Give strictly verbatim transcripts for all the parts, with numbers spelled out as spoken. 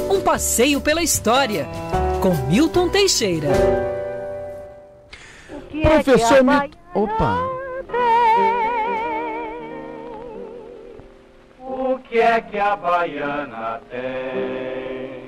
Um passeio pela história, com Milton Teixeira. Professor Milton... Opa! O que é que a baiana tem?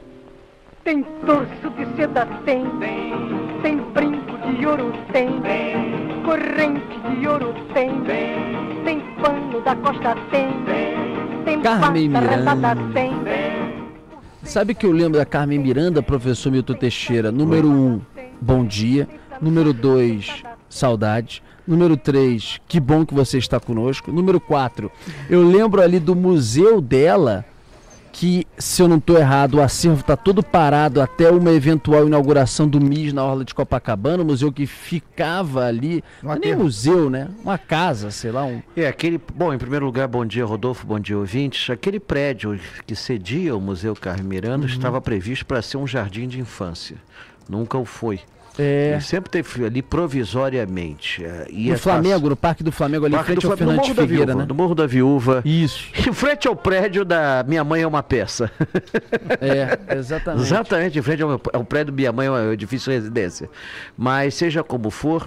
Tem torso de seda, tem, Tem, tem brinco de ouro, tem, tem, corrente de ouro, tem, tem, tem pano da costa, tem, tem, tem Carmen pata Miranda. redada, tem, tem. Sabe que eu lembro da Carmen Miranda, professor Milton Teixeira? Número um, bom dia. Número dois, saudade. Número três, que bom que você está conosco. Número quatro, eu lembro ali do museu dela, que, se eu não estou errado, o acervo está todo parado até uma eventual inauguração do M I S na Orla de Copacabana, o museu que ficava ali, não é nem museu, né? Uma casa, sei lá, um... É, aquele... Bom, em primeiro lugar, bom dia, Rodolfo, bom dia, ouvintes. Aquele prédio que cedia o Museu Carmen Miranda Uhum. estava previsto para ser um jardim de infância. Nunca o foi. É, Ele sempre teve ali provisoriamente. é, ia no Flamengo, passar- no Parque do Flamengo, ali em Parque do frente ao Flamengo, no Fernandes Morro da Figueira, Viúva, né? no Morro da Viúva. Isso, Em frente ao prédio da Minha Mãe é uma Peça. é, exatamente. Exatamente, em frente ao, ao prédio Minha Mãe é um edifício de residência. Mas seja como for,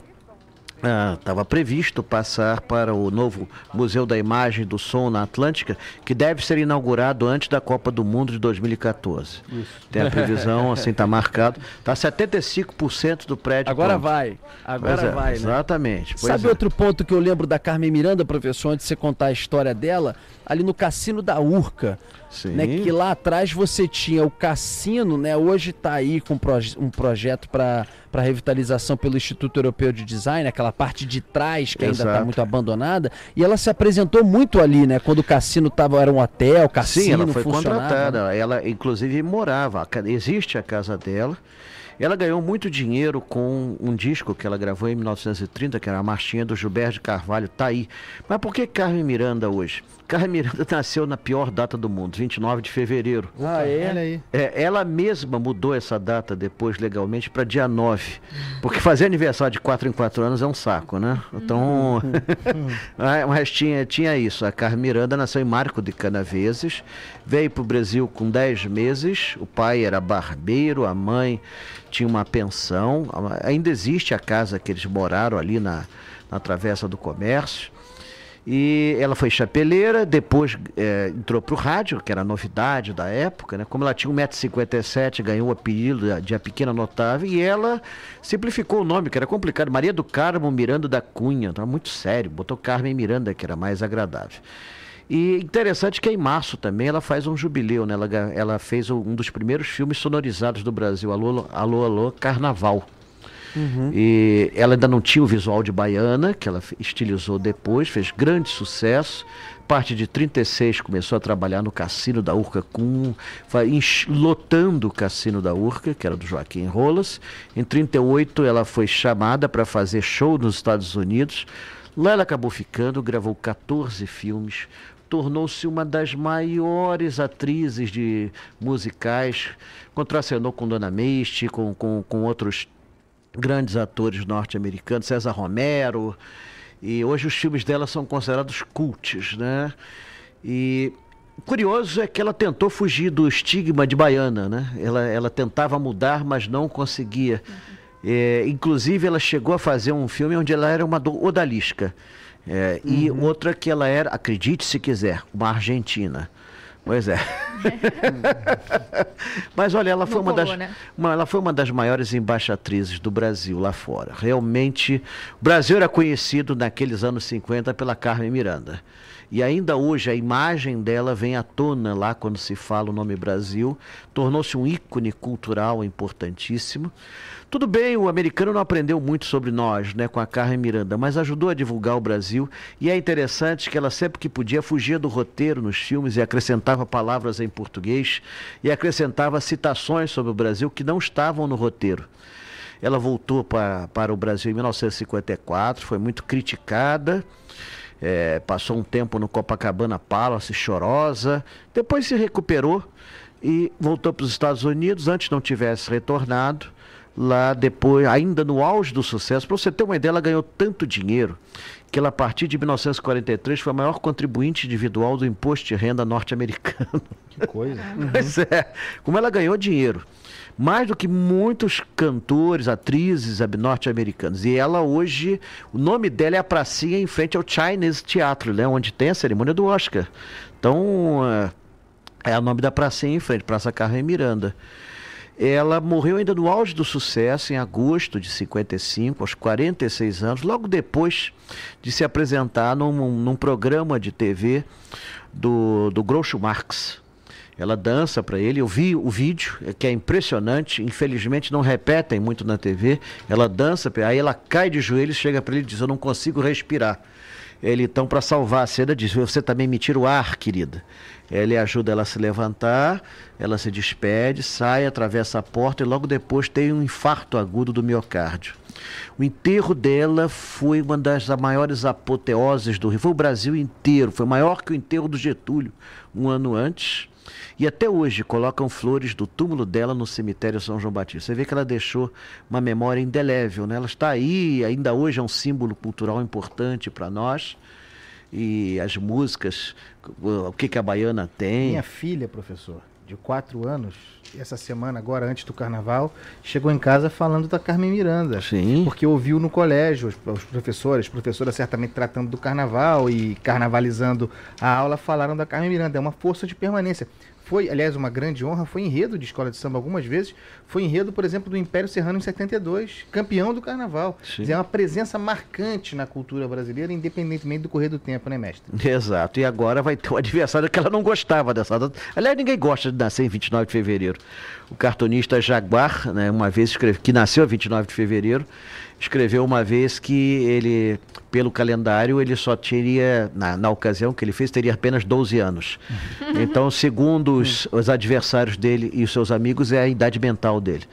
estava previsto passar para o novo Museu da Imagem e do Som na Atlântica, que deve ser inaugurado antes da Copa do Mundo de dois mil e quatorze. Isso. Tem a previsão, assim, está marcado. Está setenta e cinco por cento do prédio Agora pronto. vai, agora Pois é, vai, né? Exatamente. Pois Sabe é. outro ponto que eu lembro da Carmen Miranda, professor, antes de você contar a história dela? Ali no Cassino da Urca, Sim. né? Que lá atrás você tinha o cassino, né? Hoje está aí com proje- um projeto para para revitalização pelo Instituto Europeu de Design, aquela parte de trás que ainda está Exato. muito abandonada. E ela se apresentou muito ali, né? Quando o cassino tava, era um hotel, cassino, Sim, ela foi funcionava. contratada. Ela, inclusive, morava. A ca- Existe a casa dela. Ela ganhou muito dinheiro com um disco que ela gravou em mil novecentos e trinta, que era a Marchinha do Gilberto de Carvalho, tá aí. Mas por que Carmen Miranda hoje? Carmen Miranda nasceu na pior data do mundo, vinte e nove de fevereiro. Ah, é? Olha aí. É, ela mesma mudou essa data depois legalmente para dia nove, porque fazer aniversário de quatro em quatro anos é um saco, né? Então, Ah, mas tinha, tinha isso. A Carmen Miranda nasceu em Marco de Canaveses, veio para o Brasil com dez meses, o pai era barbeiro, a mãe tinha uma pensão, a- ainda existe a casa que eles moraram ali na, na Travessa do Comércio. E ela foi chapeleira, depois eh, entrou para o rádio, que era a novidade da época, né? Como ela tinha um metro e cinquenta e sete, ganhou o apelido de A Pequena Notável, e ela simplificou o nome, que era complicado, Maria do Carmo Miranda da Cunha, estava muito sério, botou Carmen Miranda, que era mais agradável. E interessante que em março também ela faz um jubileu, né? Ela, ga- ela fez um dos primeiros filmes sonorizados do Brasil, Alô, Alô, Alô, Carnaval. E ela ainda não tinha o visual de baiana, que ela fe- estilizou depois, fez grande sucesso. A partir de trinta e seis começou a trabalhar no Cassino da Urca, com, fa- ench- lotando o Cassino da Urca, que era do Joaquim Rolas. Em trinta e oito ela foi chamada para fazer show nos Estados Unidos. Lá ela acabou ficando, gravou quatorze filmes, tornou-se uma das maiores atrizes de musicais, contracenou com Dona Misty, com, com, com outros grandes atores norte-americanos, César Romero, e hoje os filmes dela são considerados cults, né? E o curioso é que ela tentou fugir do estigma de baiana, né? Ela, ela tentava mudar, mas não conseguia. É, inclusive, ela chegou a fazer um filme onde ela era uma do- odalisca. É, e outra que ela era, acredite se quiser, uma argentina. Pois é. Mas olha, ela foi, Não uma colou, das, né? uma, ela foi uma das maiores embaixatrizes do Brasil lá fora. Realmente, o Brasil era conhecido naqueles anos cinquenta pela Carmen Miranda. E ainda hoje a imagem dela vem à tona lá quando se fala o nome Brasil. Tornou-se um ícone cultural importantíssimo. Tudo bem, o americano não aprendeu muito sobre nós, né, com a Carmen Miranda, mas ajudou a divulgar o Brasil. E é interessante que ela sempre que podia fugia do roteiro nos filmes e acrescentava palavras em português e acrescentava citações sobre o Brasil que não estavam no roteiro. Ela voltou para, para o Brasil em mil novecentos e cinquenta e quatro, foi muito criticada. É, passou um tempo no Copacabana Palace, chorosa, depois se recuperou e voltou para os Estados Unidos. Antes não tivesse retornado, lá depois, ainda no auge do sucesso. Para você ter uma ideia, ela ganhou tanto dinheiro que ela, a partir de mil novecentos e quarenta e três, foi a maior contribuinte individual do imposto de renda norte-americano. Que coisa. Uhum. Pois é, como ela ganhou dinheiro. Mais do que muitos cantores, atrizes norte-americanos. E ela hoje, o nome dela é a pracinha em frente ao Chinese Theatre, né, onde tem a cerimônia do Oscar. Então, é, é o nome da pracinha em frente, Praça Carmen Miranda. Ela morreu ainda no auge do sucesso, em agosto de cinquenta e cinco, aos quarenta e seis anos, logo depois de se apresentar num, num programa de T V do, do Groucho Marx. Ela dança para ele, eu vi o vídeo, que é impressionante, infelizmente não repetem muito na T V. Ela dança, aí ela cai de joelhos, chega para ele e diz: eu não consigo respirar. Ele, então, para salvar a cena, diz: você também me tira o ar, querida. Ele ajuda ela a se levantar, ela se despede, sai, atravessa a porta e logo depois tem um infarto agudo do miocárdio. O enterro dela foi uma das maiores apoteoses do Rio. Foi o Brasil inteiro, foi maior que o enterro do Getúlio, um ano antes. E até hoje colocam flores do túmulo dela no cemitério São João Batista. Você vê que ela deixou uma memória indelével, né? Ela está aí, ainda hoje é um símbolo cultural importante para nós. E as músicas, o que, que a baiana tem. Minha filha, professor, de quatro anos, essa semana, agora antes do carnaval, chegou em casa falando da Carmen Miranda. Sim. Porque ouviu no colégio os, os professores, professoras certamente tratando do carnaval e carnavalizando a aula, falaram da Carmen Miranda. É uma força de permanência. Foi, aliás, uma grande honra, foi enredo de escola de samba algumas vezes, foi enredo, por exemplo, do Império Serrano em setenta e dois, campeão do carnaval. Sim. É uma presença marcante na cultura brasileira, independentemente do correr do tempo, né, mestre? Exato, e agora vai ter um adversário que ela não gostava dessa data. Aliás, ninguém gosta de nascer em vinte e nove de fevereiro. O cartunista Jaguar, né, uma vez escreve, que nasceu em vinte e nove de fevereiro, escreveu uma vez que ele, pelo calendário, ele só teria, na, na ocasião que ele fez, teria apenas doze anos. Então, segundo os, os adversários dele e os seus amigos, é a idade mental dele.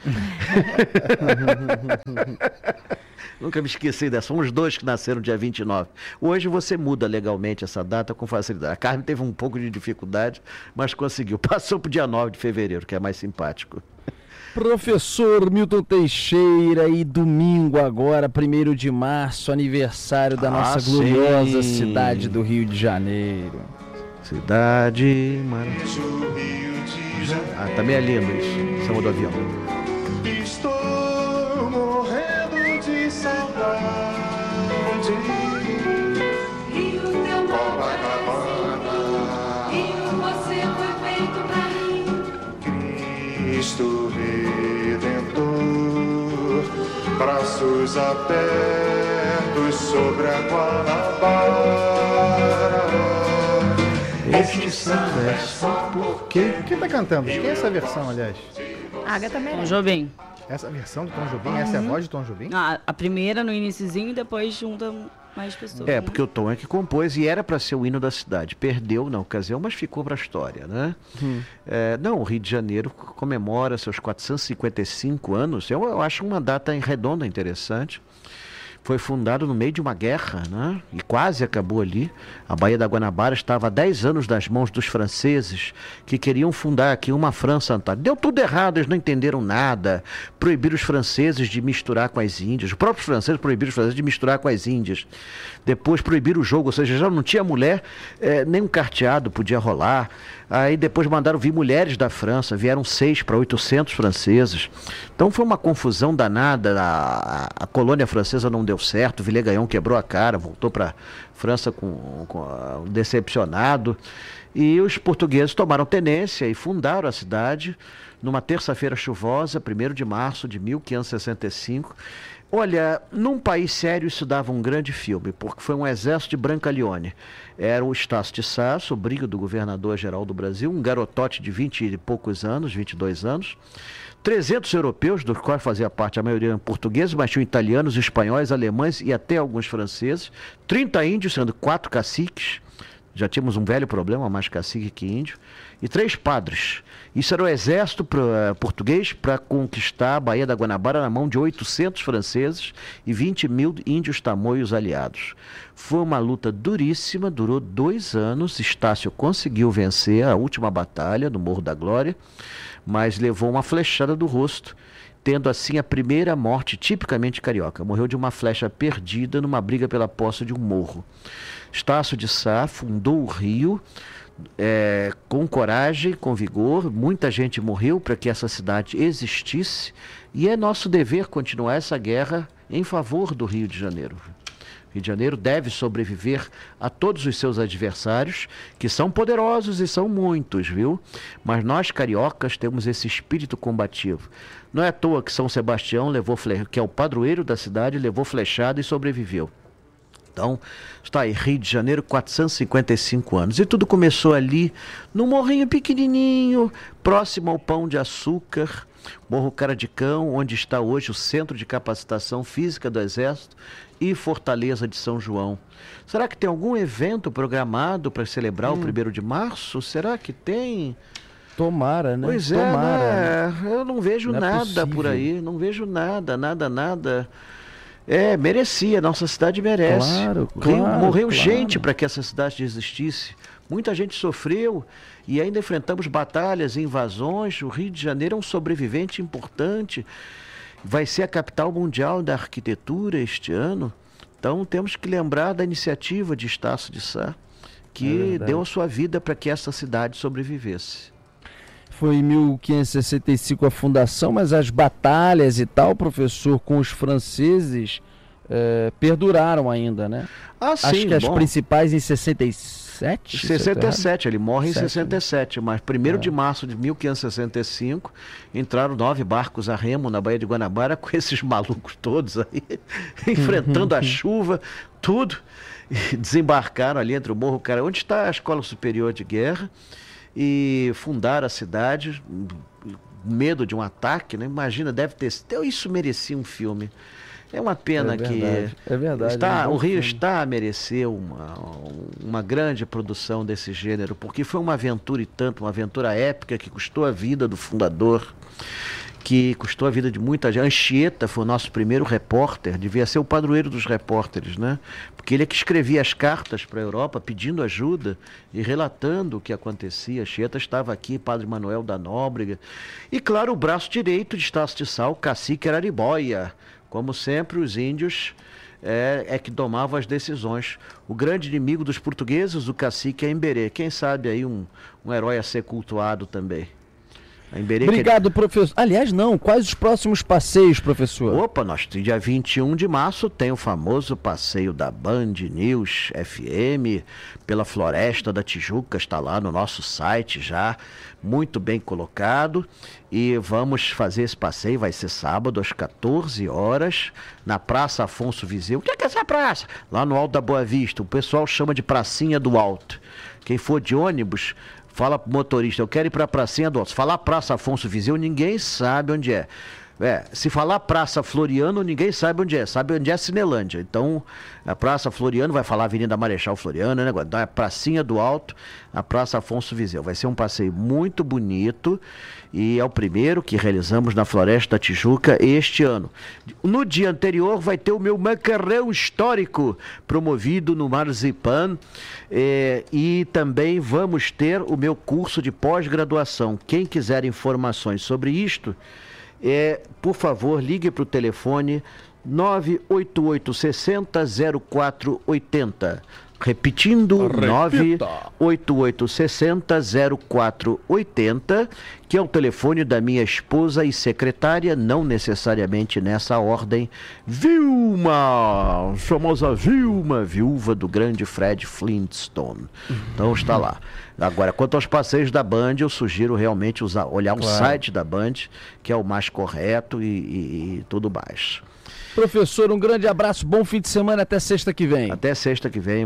Nunca me esqueci dessa. São os dois que nasceram dia vinte e nove. Hoje você muda legalmente essa data com facilidade. A Carmen teve um pouco de dificuldade, mas conseguiu. Passou para o dia nove de fevereiro, que é mais simpático. Professor Milton Teixeira, e domingo agora, primeiro de março, aniversário da ah, nossa sim. gloriosa cidade do Rio de Janeiro. Cidade maravilhosa. Ah, também é lindo isso, samba do avião. Estou morrendo de saudade. Rio, teu Copacabana. Rio, você foi feito pra mim. Cristo Redentor, braços abertos sobre a Guanabara. Este samba é só porque... Quem tá cantando? Quem é essa versão, aliás? Agatha Meirelles. Tom Jobim. Essa versão do Tom Jobim? Uhum. Essa é a voz de Tom Jobim? Ah, a primeira no iniciozinho e depois junta mais pessoas. É, porque o Tom é que compôs e era para ser o hino da cidade. Perdeu na ocasião, mas ficou para a história, né? Hum. É, não, o Rio de Janeiro comemora seus quatrocentos e cinquenta e cinco anos. Eu, eu acho uma data redonda interessante. Foi fundado no meio de uma guerra, né? E quase acabou ali. A Baía da Guanabara estava há dez anos nas mãos dos franceses, que queriam fundar aqui uma França Antártica. Deu tudo errado, eles não entenderam nada. Proibiram os franceses de misturar com as índias. Os próprios franceses proibiram os franceses de misturar com as índias. Depois proibiram o jogo, ou seja, já não tinha mulher, eh, nem um carteado podia rolar. Aí depois mandaram vir mulheres da França, vieram seis para oitocentos franceses. Então foi uma confusão danada, a, a, a colônia francesa não deu certo, o Villegagnon quebrou a cara, voltou para a França com, com uh, decepcionado. E os portugueses tomaram tenência e fundaram a cidade numa terça-feira chuvosa, primeiro de março de mil quinhentos e sessenta e cinco. Olha, num país sério isso dava um grande filme, porque foi um exército de Brancaleone. Era o Estácio de Sá, sobrinho do governador-geral do Brasil, um garotote de vinte e poucos anos, vinte e dois anos. trezentos europeus, dos quais fazia parte a maioria portugueses, mas tinham italianos, espanhóis, alemães e até alguns franceses. trinta índios, sendo quatro caciques. Já tínhamos um velho problema, mais cacique que índio. E três padres. Isso era o exército pra, português para conquistar a Baía da Guanabara na mão de oitocentos franceses e vinte mil índios tamoios aliados. Foi uma luta duríssima, durou dois anos. Estácio conseguiu vencer a última batalha do Morro da Glória, mas levou uma flechada do rosto. tendo assim a primeira morte tipicamente carioca. Morreu de uma flecha perdida numa briga pela posse de um morro. Estácio de Sá fundou o Rio é, com coragem, com vigor. Muita gente morreu para que essa cidade existisse e é nosso dever continuar essa guerra em favor do Rio de Janeiro. Rio de Janeiro deve sobreviver a todos os seus adversários, que são poderosos e são muitos, viu? Mas nós, cariocas, temos esse espírito combativo. Não é à toa que São Sebastião, levou fle... que é o padroeiro da cidade, levou flechada e sobreviveu. Então, está aí, Rio de Janeiro, quatrocentos e cinquenta e cinco anos. E tudo começou ali, num morrinho pequenininho, próximo ao Pão de Açúcar, Morro Caradicão, onde está hoje o Centro de Capacitação Física do Exército, e Fortaleza de São João. Será que tem algum evento programado para celebrar hum. o primeiro de março? Será que tem? Tomara, né? Pois Tomara, é, né? né? Eu não vejo não nada é por aí, não vejo nada, nada, nada. É, merecia, nossa cidade merece. Claro, Rio, claro, morreu claro. gente para que essa cidade existisse. Muita gente sofreu e ainda enfrentamos batalhas, invasões. O Rio de Janeiro é um sobrevivente importante. Vai ser a capital mundial da arquitetura este ano. Então temos que lembrar da iniciativa de Estácio de Sá, que é deu a sua vida para que essa cidade sobrevivesse. Foi em mil quinhentos e sessenta e cinco a fundação, mas as batalhas e tal, professor, com os franceses eh, perduraram ainda, né? Ah, sim, acho que as bom. principais em sessenta e sete? sessenta e sete, ele morre em Sete, sessenta e sete, mas primeiro É. de março de mil quinhentos e sessenta e cinco entraram nove barcos a remo na Baía de Guanabara com esses malucos todos aí, enfrentando a chuva, tudo, e desembarcaram ali entre o Morro Cara, onde está a Escola Superior de Guerra, e fundaram a cidade, medo de um ataque, né? Imagina, deve ter, isso merecia um filme. É uma pena É que verdade, é verdade, está, é um bom o Rio filme. está a merecer uma, uma grande produção desse gênero, porque foi uma aventura e tanto, uma aventura épica que custou a vida do fundador, que custou a vida de muita gente. Anchieta foi o nosso primeiro repórter, devia ser o padroeiro dos repórteres, né? Porque ele é que escrevia as cartas para a Europa pedindo ajuda e relatando o que acontecia. Anchieta estava aqui, Padre Manuel da Nóbrega. E claro, o braço direito de Estácio de Sá, o cacique Araribóia. Como sempre, os índios é, é que tomavam as decisões. O grande inimigo dos portugueses, o cacique, é Emberê. Quem sabe aí um, um herói a ser cultuado também. A Emberê Obrigado, que... professor. Aliás, não, quais os próximos passeios, professor? Opa, nós dia vinte e um de março tem o famoso passeio da Band News F M pela Floresta da Tijuca, está lá no nosso site já, muito bem colocado. E vamos fazer esse passeio, vai ser sábado às quatorze horas, na Praça Afonso Viseu. O que é, que é essa praça? Lá no Alto da Boa Vista, o pessoal chama de Pracinha do Alto. Quem for de ônibus, fala pro motorista, eu quero ir pra Pracinha do Alto. Se falar Praça Afonso Viseu, ninguém sabe onde é. É, se falar Praça Floriano, ninguém sabe onde é, sabe onde é Cinelândia. Então, a Praça Floriano vai falar Avenida Marechal Floriano, né? Então, é Pracinha do Alto, a Praça Afonso Viseu. Vai ser um passeio muito bonito e é o primeiro que realizamos na Floresta da Tijuca este ano. No dia anterior vai ter o meu macarrão histórico, promovido no Marzipan, é, e também vamos ter o meu curso de pós-graduação. Quem quiser informações sobre isto, É, por favor, ligue para o telefone nove oito oito seis zero zero quatro oito zero. Repetindo, nove oito oito seis zero zero quatro oito zero, que é o telefone da minha esposa e secretária, não necessariamente nessa ordem, Vilma, famosa Vilma, viúva do grande Fred Flintstone. Então está lá. Agora, quanto aos passeios da Band, eu sugiro realmente usar, olhar Claro. o site da Band, que é o mais correto e, e, e tudo mais. Professor, um grande abraço, bom fim de semana, até sexta que vem. Até sexta que vem.